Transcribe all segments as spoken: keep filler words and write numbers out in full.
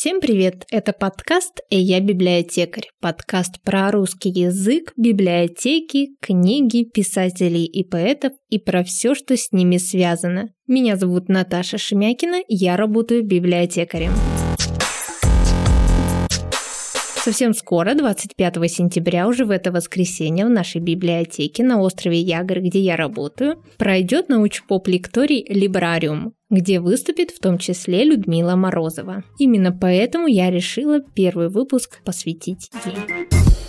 Всем привет! Это подкаст «И я библиотекарь». Подкаст про русский язык, библиотеки, книги, писателей и поэтов и про все, что с ними связано. Меня зовут Наташа Шемякина, я работаю библиотекарем. Совсем скоро, двадцать пятого сентября, уже в это воскресенье, в нашей библиотеке на острове Ягр, где я работаю, пройдет научпоп-лекторий «Либрариум», где выступит в том числе Людмила Морозова. Именно поэтому я решила первый выпуск посвятить ей.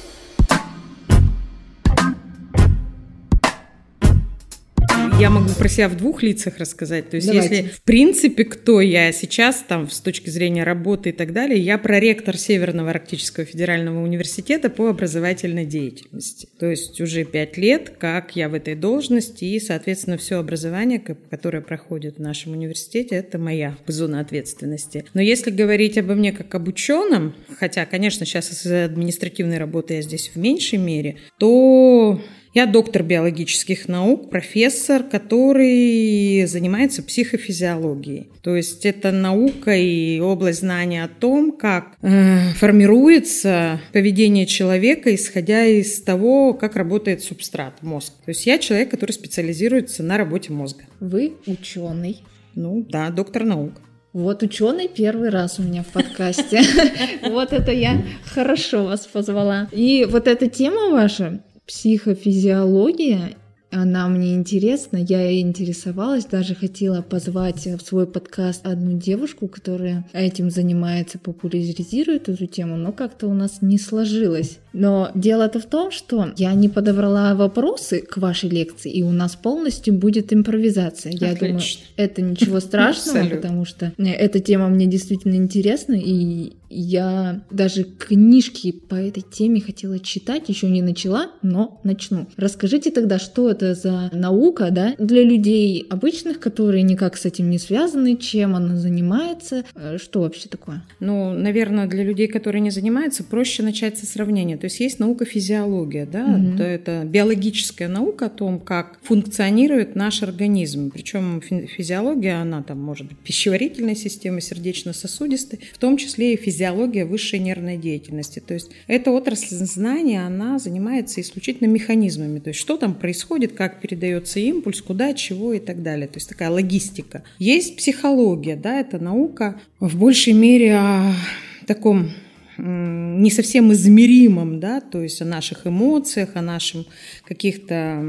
Я могу про себя в двух лицах рассказать. То есть, Давайте. если в принципе, кто я сейчас, там, с точки зрения работы и так далее, я проректор Северного Арктического федерального университета по образовательной деятельности. То есть, уже пять лет, как я в этой должности, и, соответственно, все образование, которое проходит в нашем университете, это моя зона ответственности. Но если говорить обо мне как об ученом, хотя, конечно, сейчас из-за административной работы я здесь в меньшей мере, то... Я доктор биологических наук, профессор, который занимается психофизиологией. То есть это наука и область знания о том, как э, формируется поведение человека, исходя из того, как работает субстрат, мозг. То есть я человек, который специализируется на работе мозга. Вы ученый. Ну да, доктор наук. Вот ученый первый раз у меня в подкасте. Вот это я хорошо вас позвала. И вот эта тема ваша, психофизиология, она мне интересна, я ей интересовалась, даже хотела позвать в свой подкаст одну девушку, которая этим занимается, популяризирует эту тему, но как-то у нас не сложилось. Но дело-то в том, что я не подобрала вопросы к вашей лекции, и у нас полностью будет импровизация. Я Отлично. думаю, это ничего страшного, потому что эта тема мне действительно интересна, и я даже книжки по этой теме хотела читать, еще не начала, но начну. Расскажите тогда, что это за наука, да, для людей обычных, которые никак с этим не связаны, чем она занимается, что вообще такое? Ну, наверное, для людей, которые не занимаются, проще начать со сравнения. То есть есть наука физиология, да, Угу. это, это биологическая наука о том, как функционирует наш организм. Причем физиология, она там может быть пищеварительной системой, сердечно-сосудистой, в том числе и физиология высшей нервной деятельности. То есть эта отрасль знания, она занимается исключительно механизмами. То есть что там происходит, как передается импульс, куда, чего и так далее. То есть такая логистика. Есть психология, да, это наука в большей мере о таком не совсем измеримом, да, то есть о наших эмоциях, о наших каких-то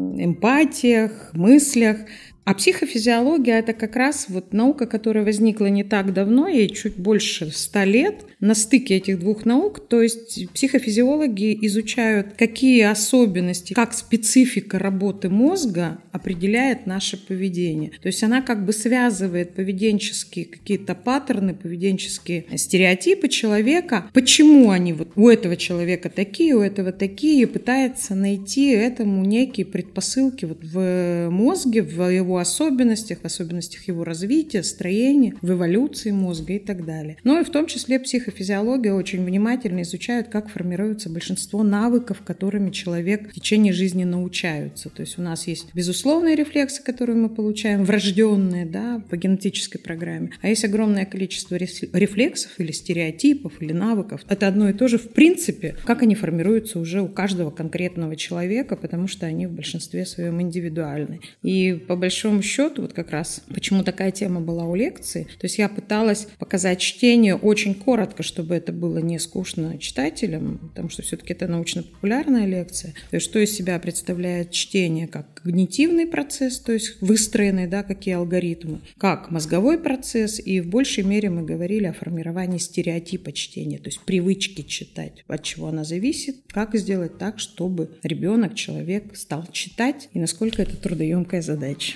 эмпатиях, мыслях. А психофизиология – это как раз вот наука, которая возникла не так давно, ей чуть больше ста лет, на стыке этих двух наук. То есть психофизиологи изучают, какие особенности, как специфика работы мозга определяет наше поведение. То есть она как бы связывает поведенческие какие-то паттерны, поведенческие стереотипы человека, почему они вот у этого человека такие, у этого такие, и пытается найти этому некие предпосылки вот в мозге, в его особенностях, в особенностях его развития, строения, в эволюции мозга и так далее. Ну и в том числе психофизиология очень внимательно изучает, как формируется большинство навыков, которыми человек в течение жизни научаются. То есть у нас есть безусловные рефлексы, которые мы получаем, врожденные, да, по генетической программе, а есть огромное количество рефлексов или стереотипов, или навыков. Это одно и то же в принципе, как они формируются уже у каждого конкретного человека, потому что они в большинстве своем индивидуальны. И по большому счету, вот как раз почему такая тема была у лекции, то есть я пыталась показать чтение очень коротко, чтобы это было не скучно читателям, потому что все-таки это научно-популярная лекция. То есть что из себя представляет чтение как когнитивный процесс, то есть выстроенный, да, какие алгоритмы, как мозговой процесс, и в большей мере мы говорили о формировании стереотипа чтения, то есть привычки читать, от чего она зависит, как сделать так, чтобы ребенок, человек стал читать, и насколько это трудоемкая задача.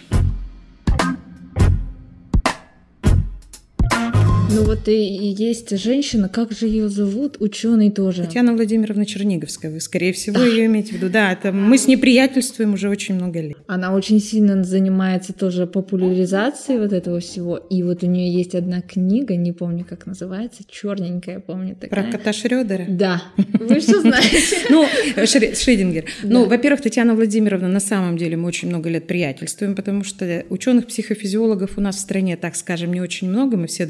Ну вот и, и есть женщина, как же ее зовут, ученый тоже. Татьяна Владимировна Черниговская, вы, скорее всего, ее имеете в виду. Да, это мы с ней приятельствуем уже очень много лет. Она очень сильно занимается тоже популяризацией вот этого всего. И вот у нее есть одна книга, не помню, как называется, черненькая, помню такая. Про кота Шрёдера? Да. Вы что знаете? Ну, Шрёдингер. Ну, во-первых, Татьяна Владимировна, на самом деле мы очень много лет приятельствуем, потому что ученых-психофизиологов у нас в стране, так скажем, не очень много, мы все друг друга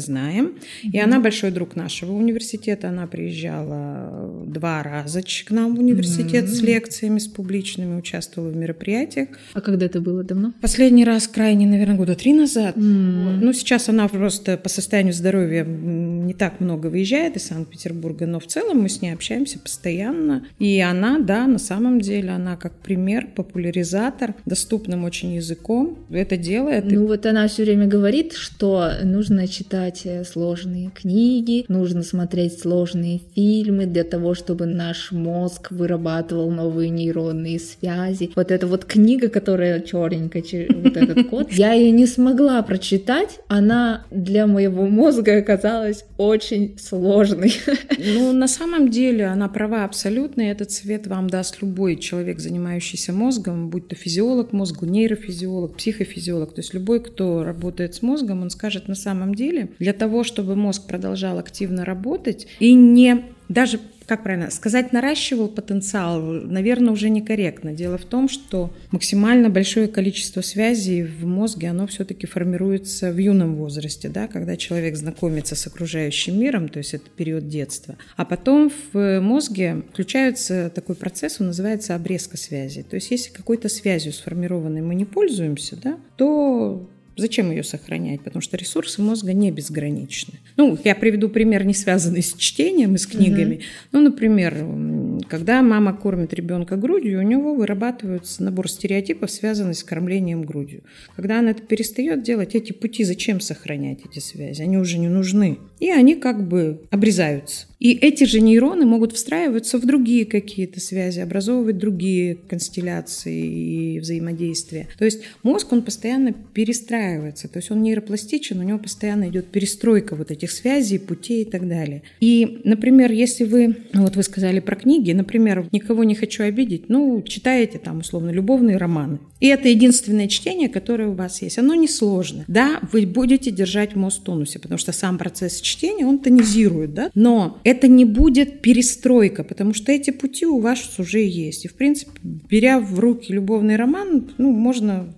знаем. Mm-hmm. И она большой друг нашего университета. Она приезжала два раза к нам в университет mm-hmm. с лекциями, с публичными, участвовала в мероприятиях. А когда это было? Давно? Последний раз крайне, наверное, года три назад. Mm-hmm. Ну, сейчас она просто по состоянию здоровья не так много выезжает из Санкт-Петербурга, но в целом мы с ней общаемся постоянно. И она, да, на самом деле, она как пример, популяризатор, доступным очень языком это делает. Ну вот она все время говорит, что нужно читать сложные книги, нужно смотреть сложные фильмы для того, чтобы наш мозг вырабатывал новые нейронные связи. Вот эта вот книга, которая черненькая, вот этот код, я ее не смогла прочитать, она для моего мозга оказалась очень сложной. Ну, на самом деле она права абсолютно, и этот совет вам даст любой человек, занимающийся мозгом, будь то физиолог мозга, нейрофизиолог, психофизиолог, то есть любой, кто работает с мозгом, он скажет, на самом деле, для того, чтобы мозг продолжал активно работать и не даже, как правильно сказать, наращивал потенциал, наверное, уже некорректно. Дело в том, что максимально большое количество связей в мозге, оно все-таки формируется в юном возрасте, да, когда человек знакомится с окружающим миром, то есть это период детства. А потом в мозге включается такой процесс, он называется обрезка связей. То есть если какой-то связью сформированной мы не пользуемся, да, то зачем ее сохранять? Потому что ресурсы мозга не безграничны. Ну, я приведу пример, не связанный с чтением и с книгами. Uh-huh. Ну, например, когда мама кормит ребенка грудью, у него вырабатывается набор стереотипов, связанных с кормлением грудью. Когда она это перестает делать, эти пути зачем сохранять, эти связи? Они уже не нужны. И они как бы обрезаются. И эти же нейроны могут встраиваться в другие какие-то связи, образовывать другие констелляции и взаимодействия. То есть мозг, он постоянно перестраивается, то есть он нейропластичен, у него постоянно идет перестройка вот этих связей, путей и так далее. И, например, если вы, вот вы сказали про книги, например, «Никого не хочу обидеть», ну, читаете там, условно, любовные романы. И это единственное чтение, которое у вас есть. Оно несложно. Да, вы будете держать мозг в тонусе, потому что сам процесс чтения, он тонизирует, да, но это не будет перестройка, потому что эти пути у вас уже есть. И, в принципе, беря в руки любовный роман, ну, можно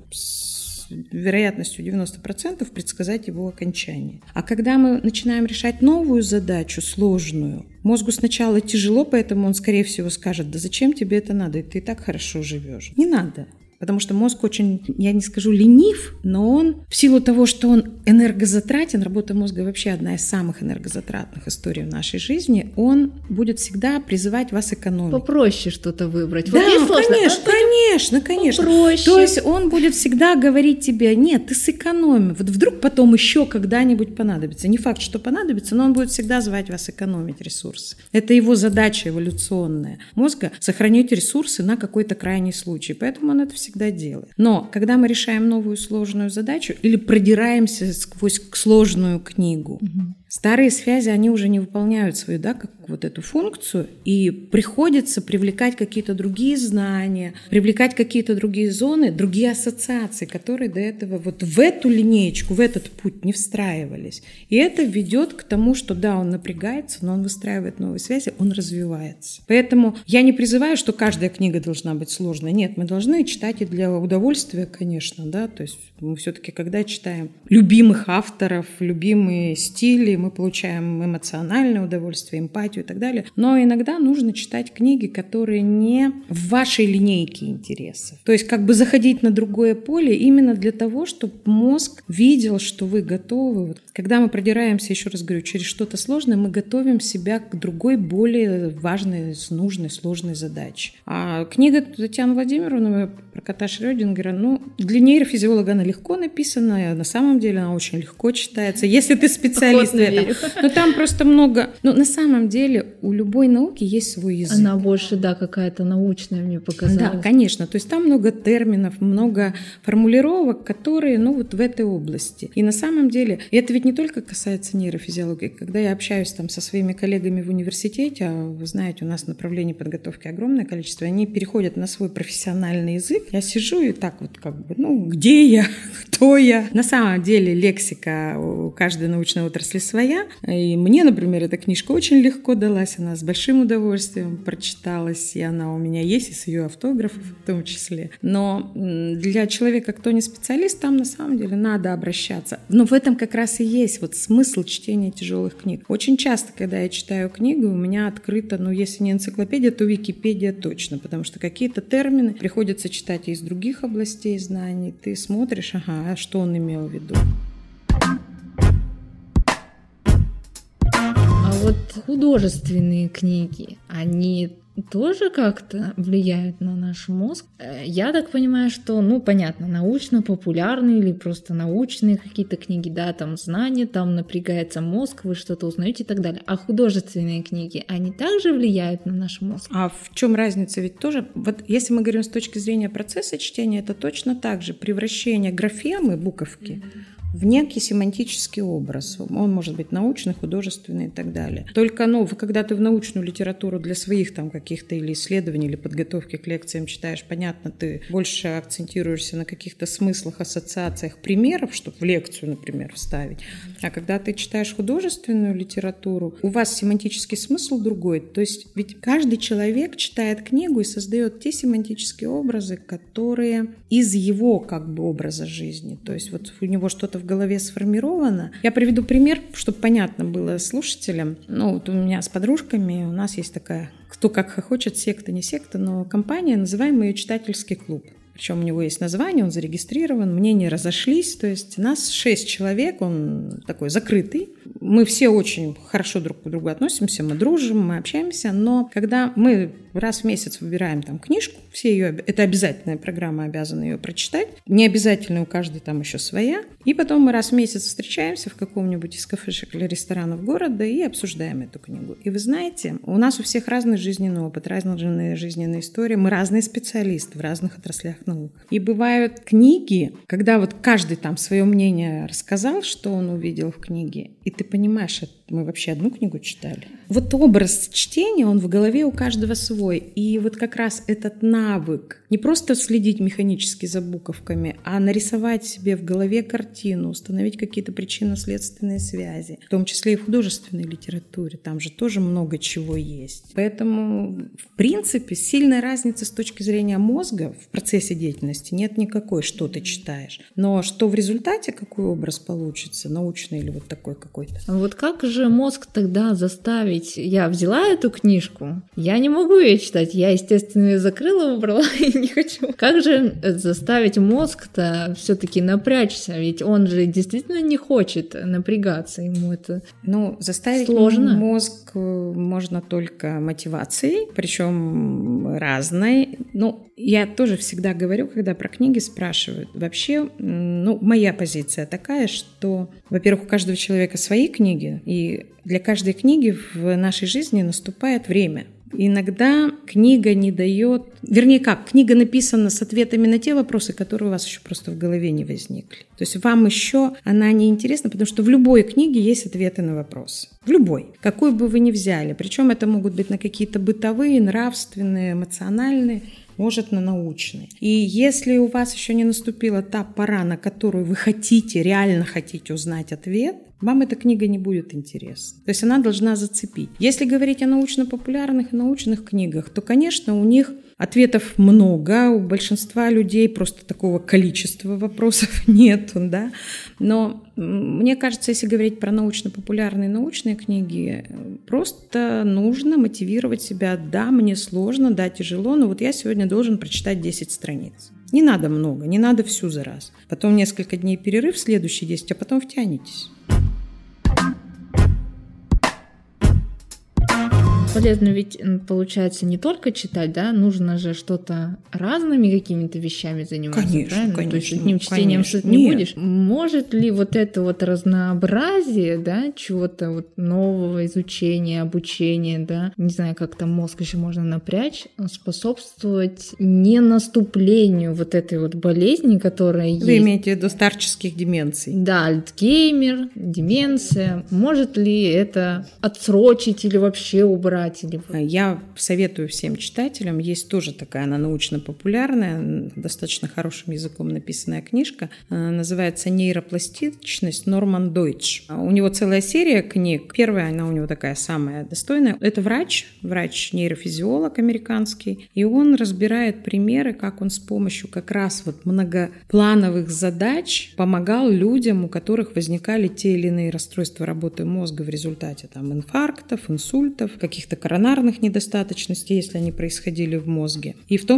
с вероятностью девяносто процентов предсказать его окончание. А когда мы начинаем решать новую задачу, сложную, мозгу сначала тяжело, поэтому он, скорее всего, скажет: да зачем тебе это надо, ты и так хорошо живешь. Не надо. Потому что мозг очень, я не скажу ленив, но он в силу того, что он энергозатратен, работа мозга вообще одна из самых энергозатратных историй в нашей жизни, он будет всегда призывать вас экономить. Попроще что-то выбрать. Да, вот конечно, а конечно, конечно. Попроще. То есть он будет всегда говорить тебе: нет, ты сэкономи. Вот вдруг потом еще когда-нибудь понадобится. Не факт, что понадобится, но он будет всегда звать вас экономить ресурсы. Это его задача эволюционная мозга — сохранить ресурсы на какой-то крайний случай. Поэтому он это всегда делает. Но когда мы решаем новую сложную задачу или продираемся сквозь сложную книгу, угу. старые связи, они уже не выполняют свою, да, как вот эту функцию, и приходится привлекать какие-то другие знания, привлекать какие-то другие зоны, другие ассоциации, которые до этого вот в эту линеечку, в этот путь не встраивались. И это ведет к тому, что да, он напрягается, но он выстраивает новые связи, он развивается. Поэтому я не призываю, что каждая книга должна быть сложной. Нет, мы должны читать и для удовольствия, конечно, да, то есть мы все-таки, когда читаем любимых авторов, любимые стили, мы получаем эмоциональное удовольствие, эмпатию и так далее. Но иногда нужно читать книги, которые не в вашей линейке интересов. То есть как бы заходить на другое поле именно для того, чтобы мозг видел, что вы готовы. Вот, когда мы продираемся, еще раз говорю, через что-то сложное, мы готовим себя к другой, более важной, нужной, сложной задаче. А книга Татьяны Владимировны про кота Шрёдингера, ну, для нейрофизиолога она легко написана, на самом деле она очень легко читается, если ты специалист в этом. Но там просто много... Ну, на самом деле у любой науки есть свой язык. Она больше, да, какая-то научная мне показалась. Да, конечно. То есть там много терминов, много формулировок, которые, ну, вот в этой области. И на самом деле, и это ведь не только касается нейрофизиологии. Когда я общаюсь там со своими коллегами в университете, а вы знаете, у нас направлений подготовки огромное количество, они переходят на свой профессиональный язык. Я сижу и так вот как бы, ну, где я? кто я. На самом деле лексика у каждой научной отрасли своя. И мне, например, эта книжка очень легко далась. Она с большим удовольствием прочиталась. И она у меня есть, и с ее автографов в том числе. Но для человека, кто не специалист, там на самом деле надо обращаться. Но в этом как раз и есть вот смысл чтения тяжелых книг. Очень часто, когда я читаю книгу, у меня открыто, ну, если не энциклопедия, то Википедия точно, потому что какие-то термины приходится читать из других областей знаний. Ты смотришь, ага, а что он имел в виду? А вот художественные книги, они тоже как-то влияют на наш мозг? Я так понимаю, что, ну, понятно, научно-популярные или просто научные какие-то книги, да, там знания, там напрягается мозг, вы что-то узнаете и так далее. А художественные книги, они также влияют на наш мозг? А в чем разница? Ведь тоже, вот если мы говорим с точки зрения процесса чтения, это точно так же превращение графемы, буковки, в некий семантический образ. Он может быть научный, художественный и так далее. Только, ну, когда ты в научную литературу для своих там каких-то или исследований, или подготовки к лекциям читаешь, понятно, ты больше акцентируешься на каких-то смыслах, ассоциациях, примеров, чтобы в лекцию, например, вставить. А когда ты читаешь художественную литературу, у вас семантический смысл другой. То есть ведь каждый человек читает книгу и создает те семантические образы, которые из его как бы образа жизни. То есть вот у него что-то в голове сформировано. Я приведу пример, чтобы понятно было слушателям. Ну, вот у меня с подружками у нас есть такая, кто как хочет, секта, не секта, но компания, называем ее «Читательский клуб». Причем у него есть название, он зарегистрирован, мнения разошлись, то есть нас шесть человек, он такой закрытый. Мы все очень хорошо друг к другу относимся, мы дружим, мы общаемся, но когда мы раз в месяц выбираем там книжку, все ее, это обязательная программа, обязаны ее прочитать, не обязательно у каждой там еще своя, и потом мы раз в месяц встречаемся в каком-нибудь из кафешек или ресторанов города и обсуждаем эту книгу. И вы знаете, у нас у всех разный жизненный опыт, разные жизненные истории, мы разные специалисты в разных отраслях наук. И бывают книги, когда вот каждый там свое мнение рассказал, что он увидел в книге, и ты понимаешь, мы вообще одну книгу читали. Вот образ чтения, он в голове у каждого свой. И вот как раз этот навык не просто следить механически за буковками, а нарисовать себе в голове картину, установить какие-то причинно-следственные связи, в том числе и в художественной литературе. Там же тоже много чего есть. Поэтому, в принципе, сильной разницы с точки зрения мозга в процессе деятельности нет никакой, что ты читаешь. Но что в результате, какой образ получится, научный или вот такой какой-то. Вот как же мозг тогда заставить? Я взяла эту книжку, я не могу ее читать, я, естественно, ее закрыла, убрала и не хочу. Как же заставить мозг-то все-таки напрячься? Ведь он же действительно не хочет напрягаться, ему это ну, заставить сложно. Мозг можно только мотивацией, причем разной. Ну, я тоже всегда говорю, когда про книги спрашивают, вообще, ну, моя позиция такая, что, во-первых, у каждого человека свои книги, и для каждой книги в нашей жизни наступает время. Иногда книга не дает... Вернее, как, книга написана с ответами на те вопросы, которые у вас еще просто в голове не возникли. То есть вам еще она не интересна, потому что в любой книге есть ответы на вопросы. В любой. Какой бы вы ни взяли. Причем это могут быть на какие-то бытовые, нравственные, эмоциональные, может, на научные. И если у вас еще не наступила та пора, на которую вы хотите, реально хотите узнать ответ, вам эта книга не будет интересна. То есть она должна зацепить. Если говорить о научно-популярных и научных книгах, то, конечно, у них ответов много, у большинства людей просто такого количества вопросов нет, да. Но мне кажется, если говорить про научно-популярные научные книги, просто нужно мотивировать себя. Да, мне сложно, да, тяжело, но вот я сегодня должен прочитать десять страниц. Не надо много, не надо всю за раз. Потом несколько дней перерыв, следующие десять, а потом втянетесь. Полезно ведь, получается, не только читать, да, нужно же что-то разными какими-то вещами заниматься, конечно, правильно? Конечно, То есть одним чтением конечно. что-то не Нет. будешь. Может ли вот это вот разнообразие, да, чего-то вот нового изучения, обучения, да, не знаю, как там мозг еще можно напрячь, способствовать не наступлению вот этой вот болезни, которая Вы есть? Вы имеете в виду старческих деменций? Да, Альцгеймер, деменция. Может ли это отсрочить или вообще убрать разбирать? Или... Я советую всем читателям, есть тоже такая, она научно-популярная, достаточно хорошим языком написанная книжка, называется «Нейропластичность» Норман Дойч. У него целая серия книг. Первая, она у него такая самая достойная. Это врач, врач-нейрофизиолог американский, и он разбирает примеры, как он с помощью как раз вот многоплановых задач помогал людям, у которых возникали те или иные расстройства работы мозга в результате там, инфарктов, инсультов, каких-то коронарных недостаточностей, если они происходили в мозге. И в том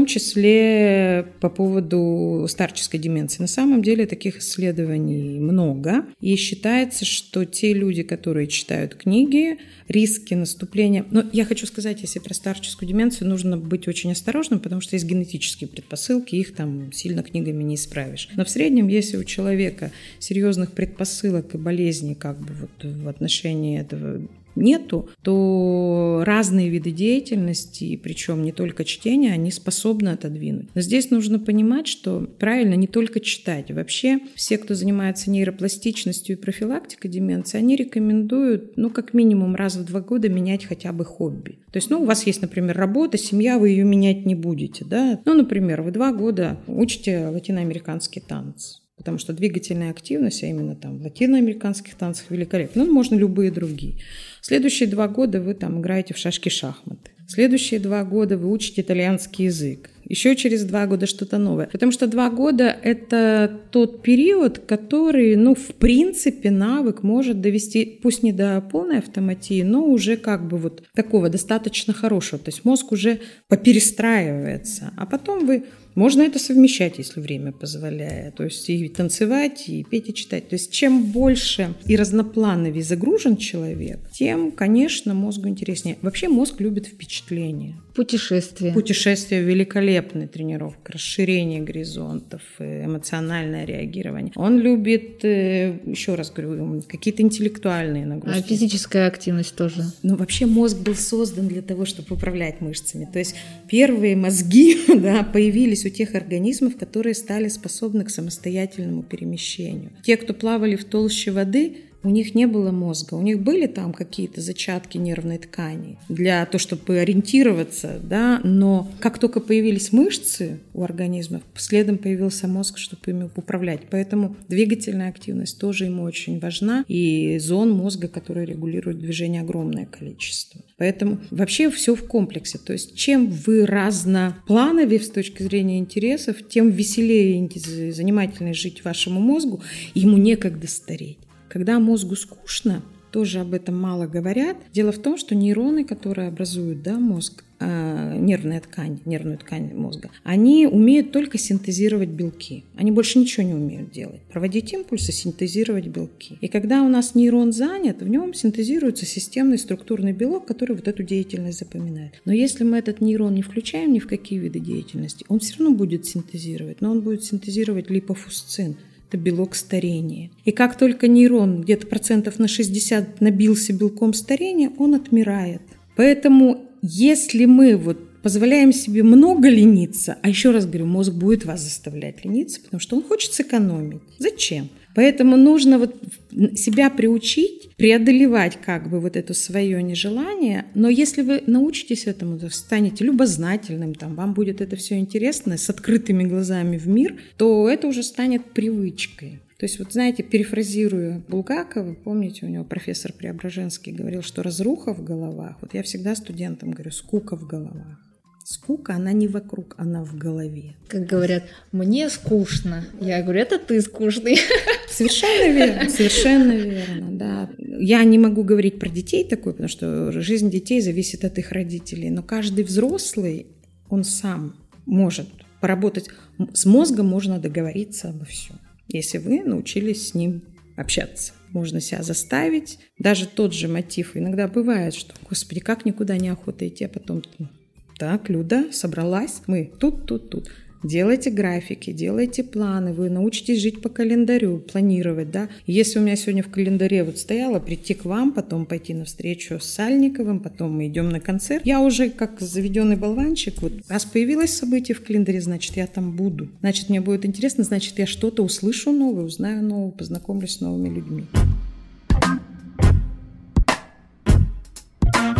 числе по поводу старческой деменции. На самом деле таких исследований много. И считается, что те люди, которые читают книги, риски наступления... Но я хочу сказать, если про старческую деменцию, нужно быть очень осторожным, потому что есть генетические предпосылки, их там сильно книгами не исправишь. Но в среднем, если у человека серьезных предпосылок и болезней как бы вот в отношении этого нету, то разные виды деятельности, причем не только чтение, они способны отодвинуть. Но здесь нужно понимать, что правильно не только читать. Вообще все, кто занимается нейропластичностью и профилактикой деменции, они рекомендуют, ну, как минимум раз в два года менять хотя бы хобби. То есть, ну, у вас есть, например, работа, семья, вы ее менять не будете, да? Ну, например, вы два года учите латиноамериканские танцы. Потому что двигательная активность, а именно там в латиноамериканских танцах великолепна. Ну, можно любые другие. Следующие два года вы там играете в шашки-шахматы. Следующие два года вы учите итальянский язык. Еще через два года что-то новое. Потому что два года – это тот период, который, ну, в принципе, навык может довести, пусть не до полной автоматии, но уже как бы вот такого достаточно хорошего. То есть мозг уже поперестраивается. А потом вы... Можно это совмещать, если время позволяет. То есть и танцевать, и петь, и читать. То есть чем больше и разноплановее загружен человек, тем, конечно, мозгу интереснее. Вообще мозг любит впечатления. Путешествия. Путешествия – великолепная тренировка, расширение горизонтов, эмоциональное реагирование. Он любит, еще раз говорю, какие-то интеллектуальные нагрузки. А физическая активность тоже? Ну, вообще мозг был создан для того, чтобы управлять мышцами. То есть первые мозги да, появились у тех организмов, которые стали способны к самостоятельному перемещению. Те, кто плавали в толще воды, у них не было мозга, у них были там какие-то зачатки нервной ткани для того, чтобы ориентироваться, да, но как только появились мышцы у организмов, следом появился мозг, чтобы ими управлять. Поэтому двигательная активность тоже ему очень важна, и зон мозга, которые регулируют движение, огромное количество. Поэтому вообще все в комплексе. То есть чем вы разноплановее с точки зрения интересов, тем веселее и занимательнее жить вашему мозгу, ему некогда стареть. Когда мозгу скучно, тоже об этом мало говорят. Дело в том, что нейроны, которые образуют да, мозг, э, нервная ткань, нервную ткань мозга, они умеют только синтезировать белки. Они больше ничего не умеют делать. Проводить импульсы, синтезировать белки. И когда у нас нейрон занят, в нем синтезируется системный структурный белок, который вот эту деятельность запоминает. Но если мы этот нейрон не включаем ни в какие виды деятельности, он все равно будет синтезировать, но он будет синтезировать липофусцин. Это белок старения. И как только нейрон где-то процентов на шестьдесят набился белком старения, он отмирает. Поэтому если мы вот позволяем себе много лениться, а еще раз говорю, мозг будет вас заставлять лениться, потому что он хочет сэкономить. Зачем? Поэтому нужно вот себя приучить, преодолевать как бы вот это свое нежелание. Но если вы научитесь этому, то станете любознательным, там, вам будет это все интересно, с открытыми глазами в мир, то это уже станет привычкой. То есть, вот знаете, перефразируя Булгакова, помните, у него профессор Преображенский говорил, что разруха в головах, вот я всегда студентам говорю, скука в головах. Скука, она не вокруг, она в голове. Как говорят, мне скучно. Я говорю, это ты скучный. Совершенно верно, совершенно верно, да. Я не могу говорить про детей такое, потому что жизнь детей зависит от их родителей, но каждый взрослый, он сам может поработать. С мозгом можно договориться обо всем, если вы научились с ним общаться. Можно себя заставить. Даже тот же мотив. Иногда бывает, что, господи, как никуда не охота идти, а потом... Так, Люда, собралась, мы тут, тут, тут. Делайте графики, делайте планы, вы научитесь жить по календарю, планировать, да. Если у меня сегодня в календаре вот стояло прийти к вам, потом пойти на встречу с Сальниковым, потом мы идем на концерт, я уже как заведенный болванчик, вот раз появилось событие в календаре, значит, я там буду. Значит, мне будет интересно, значит, я что-то услышу новое, узнаю новое, познакомлюсь с новыми людьми.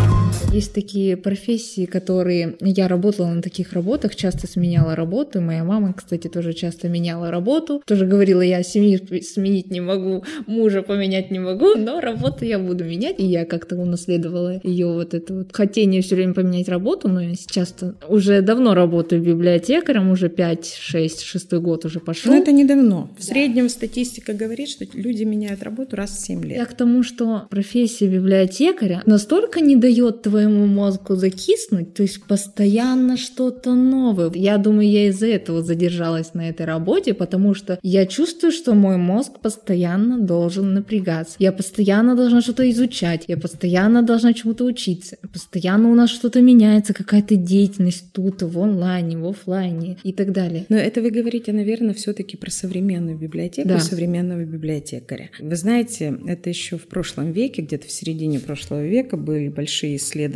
Есть такие профессии, которые... Я работала на таких работах, часто сменяла работу. Моя мама, кстати, тоже часто меняла работу. Тоже говорила, я семью сменить не могу, мужа поменять не могу, но работу я буду менять. И я как-то унаследовала ее вот это вот хотение все время поменять работу. Но я сейчас уже давно работаю библиотекарем, уже пять шесть, шестой год уже пошел. Но это недавно. В да. среднем статистика говорит, что люди меняют работу раз в семь лет. Я к тому, что профессия библиотекаря настолько не дает твоему мозгу закиснуть, то есть постоянно что-то новое. Я думаю, я из-за этого задержалась на этой работе, потому что я чувствую, что мой мозг постоянно должен напрягаться. Я постоянно должна что-то изучать, я постоянно должна чему-то учиться. Постоянно у нас что-то меняется, какая-то деятельность тут, в онлайне, в офлайне и так далее. Но это вы говорите, наверное, все-таки про современную библиотеку, да. современного библиотекаря. Вы знаете, это еще в прошлом веке, где-то в середине прошлого века были большие исследования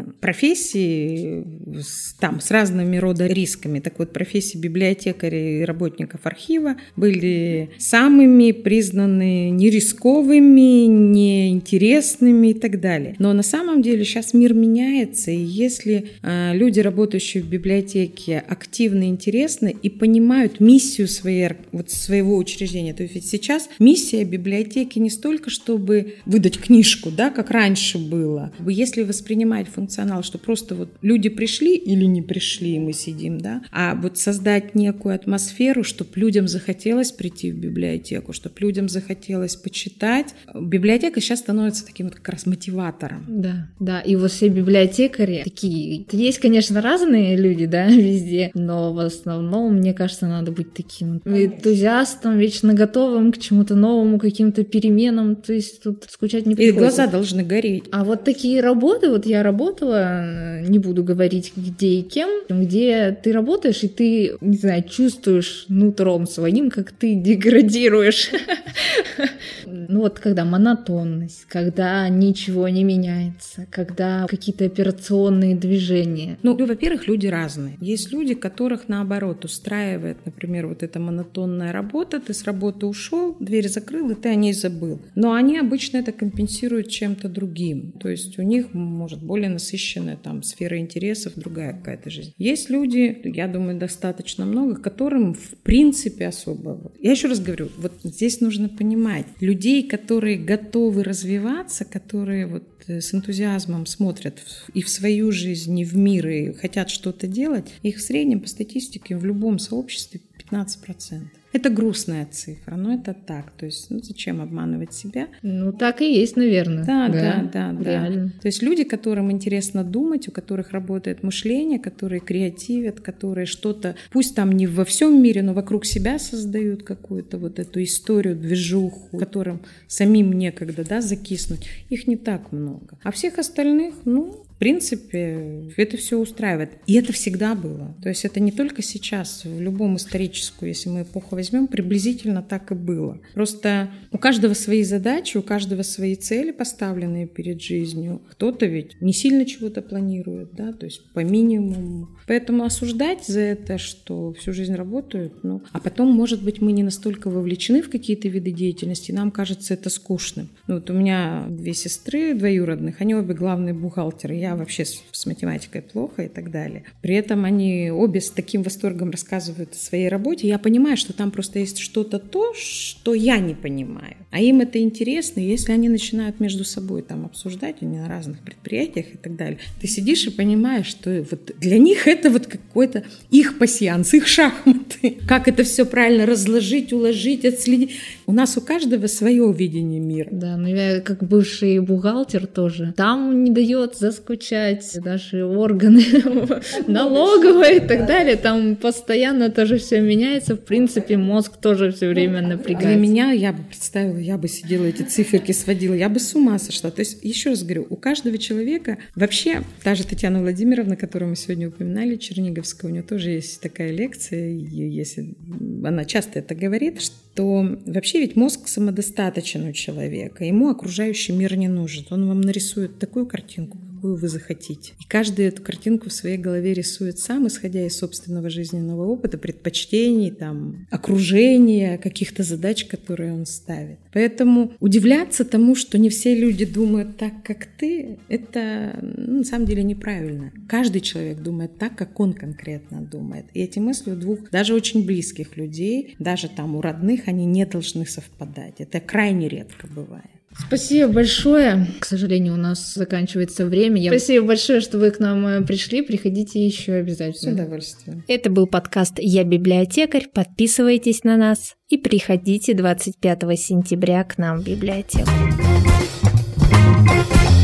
профессии там с разными рода рисками. Так вот, профессии библиотекарей и работников архива были самыми признаны нерисковыми, неинтересными и так далее. Но на самом деле сейчас мир меняется, и если э, люди, работающие в библиотеке, активно, интересны и понимают миссию своей, вот, своего учреждения, то есть сейчас миссия библиотеки не столько, чтобы выдать книжку, да, как раньше было. Если воспринимать функционал, что просто вот люди пришли или не пришли, и мы сидим, да, а вот создать некую атмосферу, чтобы людям захотелось прийти в библиотеку, чтобы людям захотелось почитать. Библиотека сейчас становится таким вот как раз мотиватором. Да, да, и вот все библиотекари такие, есть, конечно, разные люди, да, везде, но в основном, мне кажется, надо быть таким энтузиастом, вечно готовым к чему-то новому, к каким-то переменам, то есть тут скучать не приходится. И глаза должны гореть. А вот такие работы, вот я работала, не буду говорить где и кем, где ты работаешь, и ты, не знаю, чувствуешь нутром своим, как ты деградируешь. Ну вот когда монотонность, когда ничего не меняется, когда какие-то операционные движения. Ну, во-первых, люди разные. Есть люди, которых, наоборот, устраивает, например, вот эта монотонная работа, ты с работы ушел, дверь закрыл, и ты о ней забыл. Но они обычно это компенсируют чем-то другим. То есть у них, может, более насыщенная там сфера интересов, другая какая-то жизнь. Есть люди, я думаю, достаточно много, которым в принципе особо... Я еще раз говорю, вот здесь нужно понимать, людей, которые готовы развиваться, которые вот с энтузиазмом смотрят и в свою жизнь, и в мир, и хотят что-то делать, их в среднем по статистике в любом сообществе пятнадцать процентов. Это грустная цифра, но это так. То есть, ну, зачем обманывать себя? Ну, так и есть, наверное. Да, да, да, да. Реально. То есть люди, которым интересно думать, у которых работает мышление, которые креативят, которые что-то, пусть там не во всем мире, но вокруг себя создают какую-то вот эту историю, движуху, которым самим некогда, да, закиснуть, их не так много. А всех остальных, ну, в принципе, это все устраивает. И это всегда было. То есть это не только сейчас, в любом историческую, если мы эпоху возьмем, приблизительно так и было. Просто у каждого свои задачи, у каждого свои цели, поставленные перед жизнью. Кто-то ведь не сильно чего-то планирует, да, то есть по минимуму. Поэтому осуждать за это, что всю жизнь работают, ну, а потом, может быть, мы не настолько вовлечены в какие-то виды деятельности, нам кажется это скучным. Ну, вот у меня две сестры двоюродных, они обе главные бухгалтеры. Я вообще с, с математикой плохо и так далее. При этом они обе с таким восторгом рассказывают о своей работе. Я понимаю, что там просто есть что-то то, что я не понимаю. А им это интересно, и если они начинают между собой там обсуждать, они на разных предприятиях и так далее, ты сидишь и понимаешь, что вот для них это вот какой-то их пасьянс, их шахматы. Как это все правильно разложить, уложить, отследить. У нас у каждого свое видение мира. Да, но я как бывший бухгалтер тоже. Там не дает заскучать даже органы налоговые и так далее. Там постоянно тоже все меняется. В принципе, мозг тоже все время напрягается. Для меня, я бы представила, я бы сидела, эти циферки сводила, я бы с ума сошла. То есть, еще раз говорю, у каждого человека, вообще, та же Татьяна Владимировна, которую мы сегодня упоминали, Черниговская, у нее тоже есть такая лекция, если она часто это говорит, что вообще ведь мозг самодостаточен у человека, ему окружающий мир не нужен. Он вам нарисует такую картинку, какую вы захотите. И каждый эту картинку в своей голове рисует сам, исходя из собственного жизненного опыта, предпочтений, там, окружения, каких-то задач, которые он ставит. Поэтому удивляться тому, что не все люди думают так, как ты, это ну, на самом деле неправильно. Каждый человек думает так, как он конкретно думает. И эти мысли у двух, даже очень близких людей, даже там у родных, они не должны совпадать. Это крайне редко бывает. Спасибо большое. К сожалению, у нас заканчивается время. Я... Спасибо большое, что вы к нам пришли. Приходите еще обязательно. С удовольствием. Это был подкаст «Я библиотекарь». Подписывайтесь на нас и приходите двадцать пятого сентября к нам в библиотеку.